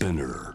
Spinner。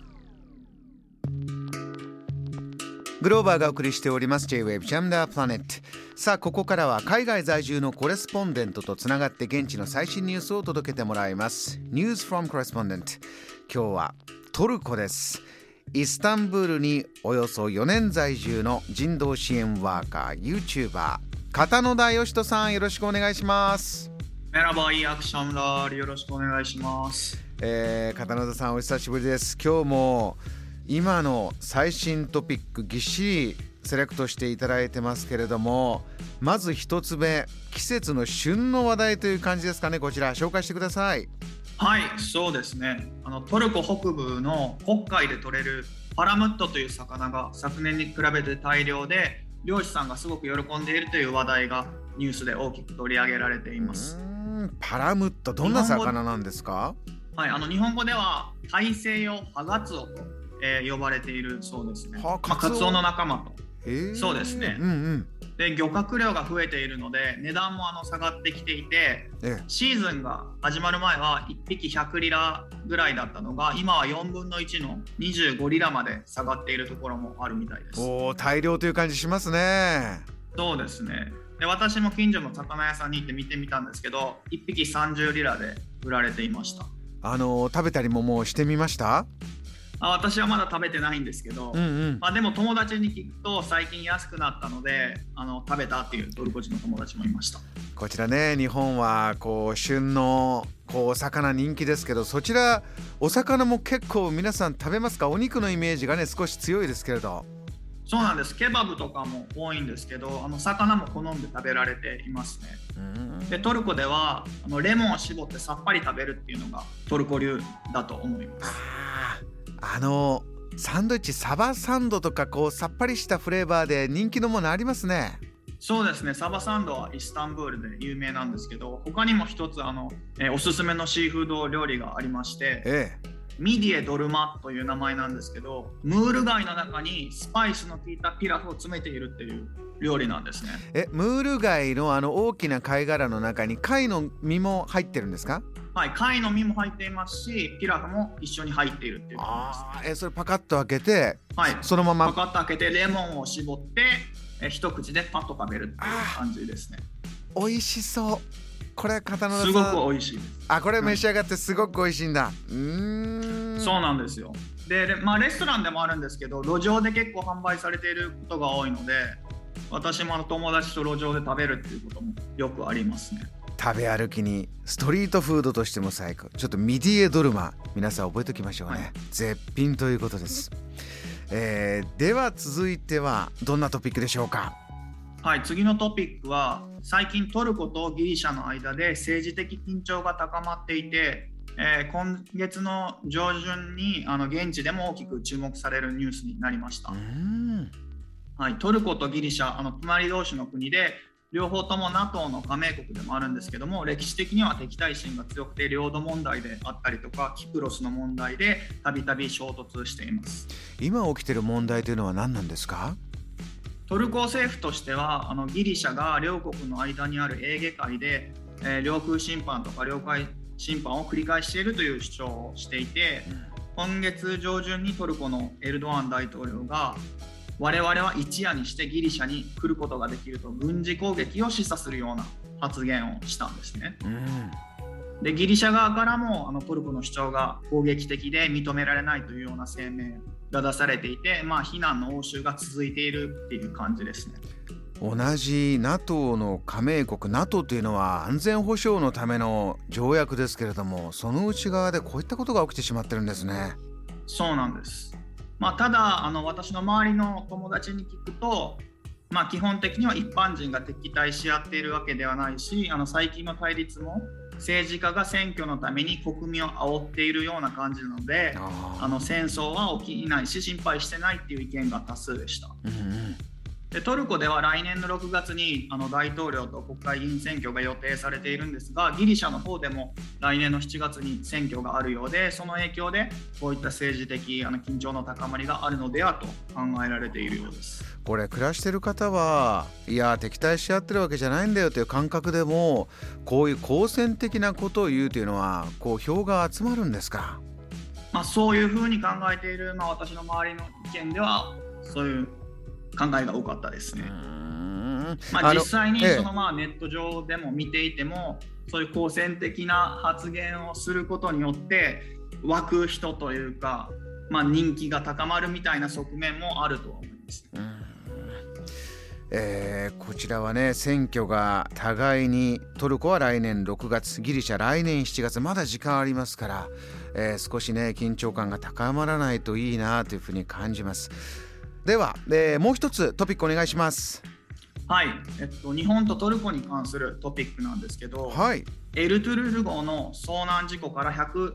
グローバーがお送りしております J-Wave Jam the Planet。 さあここからは海外在住のコレスポンデントとつながって現地の最新ニュースを届けてもらいます。 News from Correspondent。 今日はトルコです。イスタンブールにおよそ4年在住の人道支援ワーカー YouTuber 片野田義人さん、よろしくお願いします。 Merhaba, iyi akşamlar. よろしくお願いします。 片野田さん、お久しぶりです。今日も今の最新トピックぎっしりセレクトしていただいてますけれども、まず一つ目、季節の旬の話題という感じですかね。こちら紹介してください。 はい、そうですね。トルコ北部の黒海で取れるパラムットという魚が昨年に比べて大量で、漁師さんがすごく喜んでいるという話題がニュースで大きく取り上げられています。 パラムット、どんな魚なんですか？ はい、日本語では大西洋ハガツオと、呼ばれているそうですね。カツオの仲間と。そうですね。で、漁獲量が増えているので値段も下がってきていて、シーズンが始まる前は1匹100リラぐらいだったのが、今は4分の1の25リラまで下がっているところもあるみたいです。 大量という感じしますね。 そうですね。で、私も近所の魚屋さんに行って見てみたんですけど、1匹30リラで売られていました。 食べたりももうしてみました？ 私はまだ食べてないんですけど、でも友達に聞くと最近安くなったので食べたっていうトルコ人の友達もいました。 こちらね、日本は旬のお魚人気ですけど、そちらお魚も結構皆さん食べますか？お肉のイメージがね少し強いですけれど。 そうなんです。ケバブとかも多いんですけど、魚も好んで食べられていますね。で、トルコではレモンを絞ってさっぱり食べるっていうのがトルコ流だと思います。 サンドイッチ、サバサンドとかさっぱりしたフレーバーで人気のものありますね。 そうですね。サバサンドはイスタンブールで有名なんですけど、他にも一つおすすめのシーフード料理がありまして、ミディエドルマという名前なんですけど、ムール貝の中にスパイスの効いたピラフを詰めているっていう料理なんですね。 ムール貝の大きな貝殻の中に貝の身も入ってるんですか？ はい、貝の身も入っていますし、ピラフも一緒に入っているっていう感じです。 それパカッと開けて、そのままパカッと開けてレモンを絞って一口でパッと食べるっていう感じですね。 美味しそう。これ片野田さん、 すごく美味しいです。 これ召し上がってすごく美味しいんだ。 そうなんですよ。で、レストランでもあるんですけど、路上で結構販売されていることが多いので、私も友達と路上で食べるっていうこともよくありますね。 食べ歩きにストリートフードとしても最高。ちょっとミディエドルマ、皆さん覚えておきましょうね。絶品ということです。では続いてはどんなトピックでしょうか？ はい、次のトピックは、最近トルコとギリシャの間で政治的緊張が高まっていて、今月の上旬に現地でも大きく注目されるニュースになりました。はい、トルコとギリシャ、隣同士の国で、両方とも NATO の加盟国でもあるんですけども、歴史的には敵対心が強くて、領土問題であったりとかキプロスの問題でたびたび衝突しています。 今起きている問題というのは何なんですか？ トルコ政府としてはギリシャが両国の間にあるエーゲ海で、領空侵犯とか領海侵犯を繰り返しているという主張をしていて、今月上旬にトルコのエルドアン大統領が、我々は一夜にしてギリシャに来ることができると軍事攻撃を示唆するような発言をしたんですね。で、ギリシャ側からもトルコの主張が攻撃的で認められないというような声明が出されていて、非難の応酬が続いているっていう感じですね。 同じ NATO の加盟国、 NATO というのは安全保障のための条約ですけれども、その内側でこういったことが起きてしまってるんですね。 そうなんです。ただ私の周りの友達に聞くと、基本的には一般人が敵対し合っているわけではないし、最近の対立も政治家が選挙のために国民を煽っているような感じなので、戦争は起きないし心配してないっていう意見が多数でした。で、トルコでは来年の6月に大統領と国会議員選挙が予定されているんですが、ギリシャの方でも来年の7月に選挙があるようで、その影響でこういった政治的緊張の高まりがあるのではと考えられているようです。 これ暮らしてる方は、いや敵対し合ってるわけじゃないんだよという感覚でも、こういう好戦的なことを言うというのは票が集まるんですか？ そういうふうに考えている、私の周りの意見ではそういう考えが多かったですね。実際にネット上でも見ていても、そういう好戦的な発言をすることによって湧く人というか、人気が高まるみたいな側面もあると思います。 こちらはね、選挙が互いに、トルコは来年6月、ギリシャ来年7月、まだ時間ありますから、少しね緊張感が高まらないといいなというふうに感じます。では、もう一つトピックお願いします。 はい、日本とトルコに関するトピックなんですけど、 はい、 エルトゥルル号の遭難事故から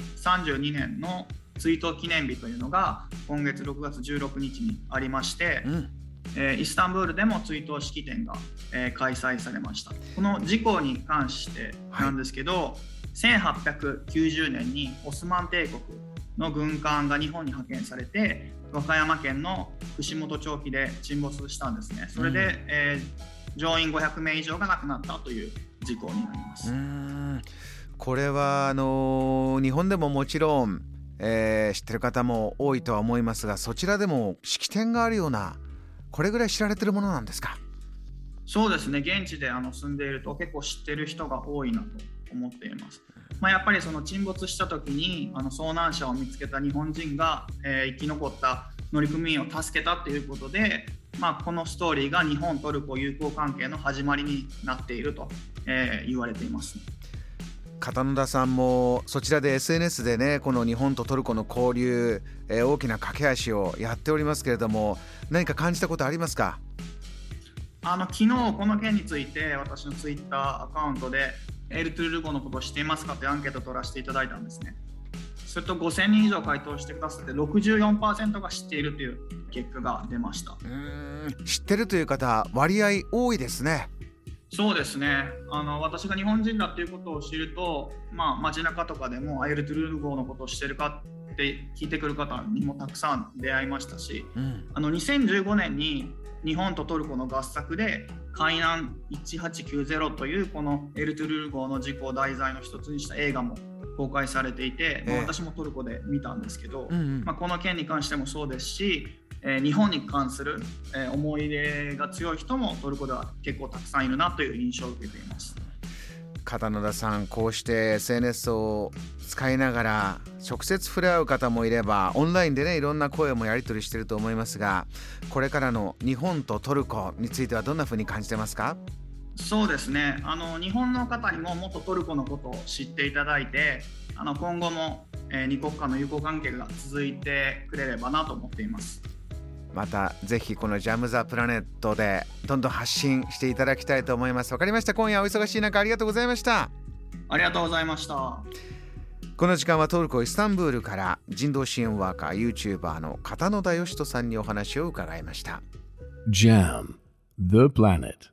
132年の追悼記念日というのが今月6月16日にありまして、イスタンブールでも追悼式典が、開催されました。この事故に関してなんですけど、1890年にオスマン帝国の軍艦が日本に派遣されて、和歌山県の串本町沖で沈没したんですね。それで、乗員500名以上が亡くなったという事故になります。 これは日本でももちろん、知ってる方も多いとは思いますが、そちらでも式典があるような、これぐらい知られてるものなんですか？ そうですね、現地で住んでいると結構知ってる人が多いなと思っています。やっぱりその沈没した時に遭難者を見つけた日本人が、生き残った乗組員を助けたということで、このストーリーが日本トルコ友好関係の始まりになっていると、言われています。 片野田さんもそちらで SNS でね、この日本とトルコの交流、大きな架け橋をやっておりますけれども、何か感じたことありますか？ 昨日この件について私のツイッターアカウントでエルトゥルル号のことを知っていますかというアンケートを取らせていただいたんですね。それと5000人以上回答してくださって 64% が知っているという結果が出ました。 知ってるという方割合多いですね。 そうですね、私が日本人だということを知ると、街中とかでもエルトゥルル号のことを知ってるかって聞いてくる方にもたくさん出会いましたし、2015年に日本とトルコの合作で海難1890というこのエルトゥルル号の事故を題材の一つにした映画も公開されていて、私もトルコで見たんですけど、この件に関してもそうですし、日本に関する、思い入れが強い人もトルコでは結構たくさんいるなという印象を受けています。 片野田さん、こうして SNS を使いながら直接触れ合う方もいれば、オンラインでねいろんな声もやり取りしていると思いますが、これからの日本とトルコについてはどんなふうに感じてますか？ そうですね、日本の方にももっとトルコのことを知っていただいて、今後も、2国間の友好関係が続いてくれればなと思っています。 またぜひこのジャム・ザ・プラネットでどんどん発信していただきたいと思います。わかりました。今夜お忙しい中ありがとうございました。 ありがとうございました。 この時間はトルコイスタンブールから人道支援ワーカー YouTuber の片野田義人さんにお話を伺いました。 JAM The Planet